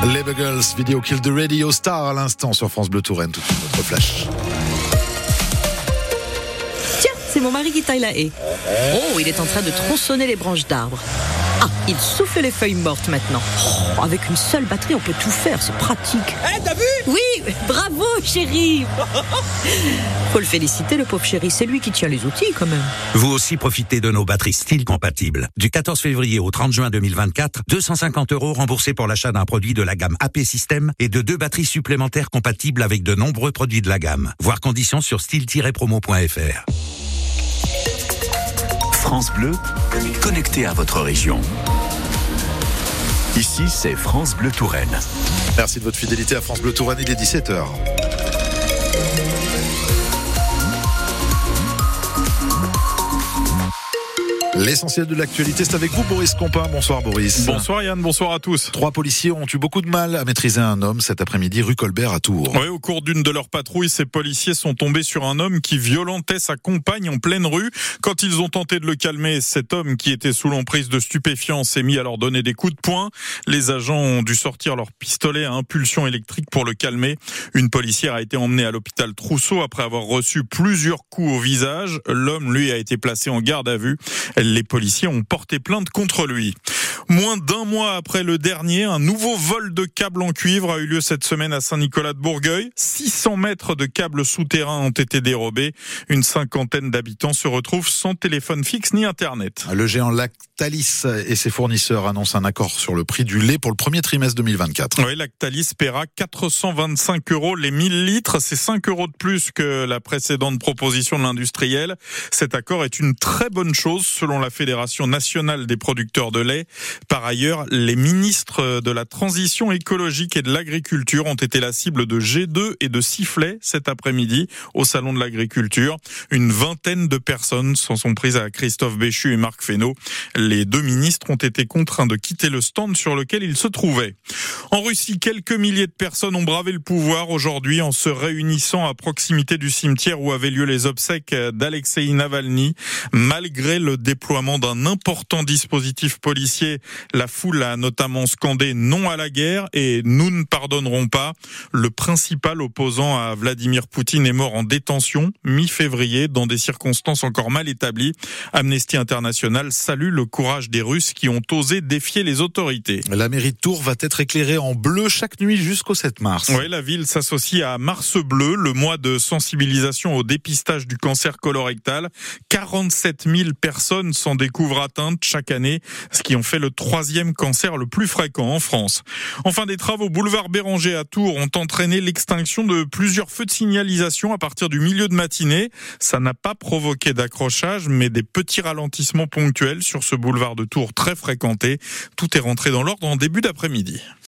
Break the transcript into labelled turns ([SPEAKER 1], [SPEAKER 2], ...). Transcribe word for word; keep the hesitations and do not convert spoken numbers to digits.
[SPEAKER 1] Les Buggles, vidéo Kill the Radio Star à l'instant sur France Bleu Touraine. Tout de suite, notre flash.
[SPEAKER 2] Tiens, c'est mon mari qui taille la haie. Oh, il est en train de tronçonner les branches d'arbres. Ah, il souffle les feuilles mortes maintenant. Oh, avec une seule batterie, on peut tout faire, c'est pratique.
[SPEAKER 3] Eh, hey, t'as vu?
[SPEAKER 2] Oui, bravo chéri. Faut le féliciter, le pauvre chéri, c'est lui qui tient les outils quand même.
[SPEAKER 4] Vous aussi profitez de nos batteries style compatibles. Du quatorze février au trente juin deux mille vingt-quatre, deux cent cinquante euros remboursés pour l'achat d'un produit de la gamme A P System et de deux batteries supplémentaires compatibles avec de nombreux produits de la gamme. Voir conditions sur style tiret promo point f r.
[SPEAKER 5] France Bleu, connecté à votre région. Ici, c'est France Bleu Touraine.
[SPEAKER 1] Merci de votre fidélité à France Bleu Touraine, il est dix-sept heures. L'essentiel de l'actualité, c'est avec vous, Boris Compin. Bonsoir, Boris.
[SPEAKER 6] Bonsoir, Yann. Bonsoir à tous.
[SPEAKER 1] Trois policiers ont eu beaucoup de mal à maîtriser un homme cet après-midi rue Colbert à Tours.
[SPEAKER 6] Oui, au cours d'une de leurs patrouilles, ces policiers sont tombés sur un homme qui violentait sa compagne en pleine rue. Quand ils ont tenté de le calmer, cet homme qui était sous l'emprise de stupéfiants s'est mis à leur donner des coups de poing. Les agents ont dû sortir leur pistolet à impulsion électrique pour le calmer. Une policière a été emmenée à l'hôpital Trousseau après avoir reçu plusieurs coups au visage. L'homme, lui, a été placé en garde à vue. Les policiers ont porté plainte contre lui. Moins d'un mois après le dernier, un nouveau vol de câbles en cuivre a eu lieu cette semaine à Saint-Nicolas-de-Bourgueil. six cents mètres de câbles souterrains ont été dérobés. Une cinquantaine d'habitants se retrouvent sans téléphone fixe ni Internet.
[SPEAKER 1] Le géant Lactalis et ses fournisseurs annoncent un accord sur le prix du lait pour le premier trimestre deux mille vingt-quatre.
[SPEAKER 6] Oui, Lactalis paiera quatre cent vingt-cinq euros les mille litres. C'est cinq euros de plus que la précédente proposition de l'industriel. Cet accord est une très bonne chose selon la Fédération nationale des producteurs de lait. Par ailleurs, les ministres de la transition écologique et de l'agriculture ont été la cible de G deux et de sifflets cet après-midi au salon de l'agriculture. Une vingtaine de personnes s'en sont prises à Christophe Béchu et Marc Fesneau. Les deux ministres ont été contraints de quitter le stand sur lequel ils se trouvaient. En Russie, quelques milliers de personnes ont bravé le pouvoir aujourd'hui en se réunissant à proximité du cimetière où avaient lieu les obsèques d'Alexeï Navalny. Malgré le déploiement d'un important dispositif policier, la foule a notamment scandé « non à la guerre » et « nous ne pardonnerons pas ». Le principal opposant à Vladimir Poutine est mort en détention mi-février dans des circonstances encore mal établies. Amnesty International salue le courage des Russes qui ont osé défier les autorités.
[SPEAKER 1] La mairie de Tours va être éclairée en bleu chaque nuit jusqu'au sept mars.
[SPEAKER 6] Oui, la ville s'associe à Mars Bleu, le mois de sensibilisation au dépistage du cancer colorectal. quarante-sept mille personnes s'en découvrent atteintes chaque année, ce qui en fait le troisième cancer le plus fréquent en France. Enfin, des travaux boulevard Béranger à Tours ont entraîné l'extinction de plusieurs feux de signalisation à partir du milieu de matinée. Ça n'a pas provoqué d'accrochage, mais des petits ralentissements ponctuels sur ce boulevard de Tours très fréquenté. Tout est rentré dans l'ordre en début d'après-midi.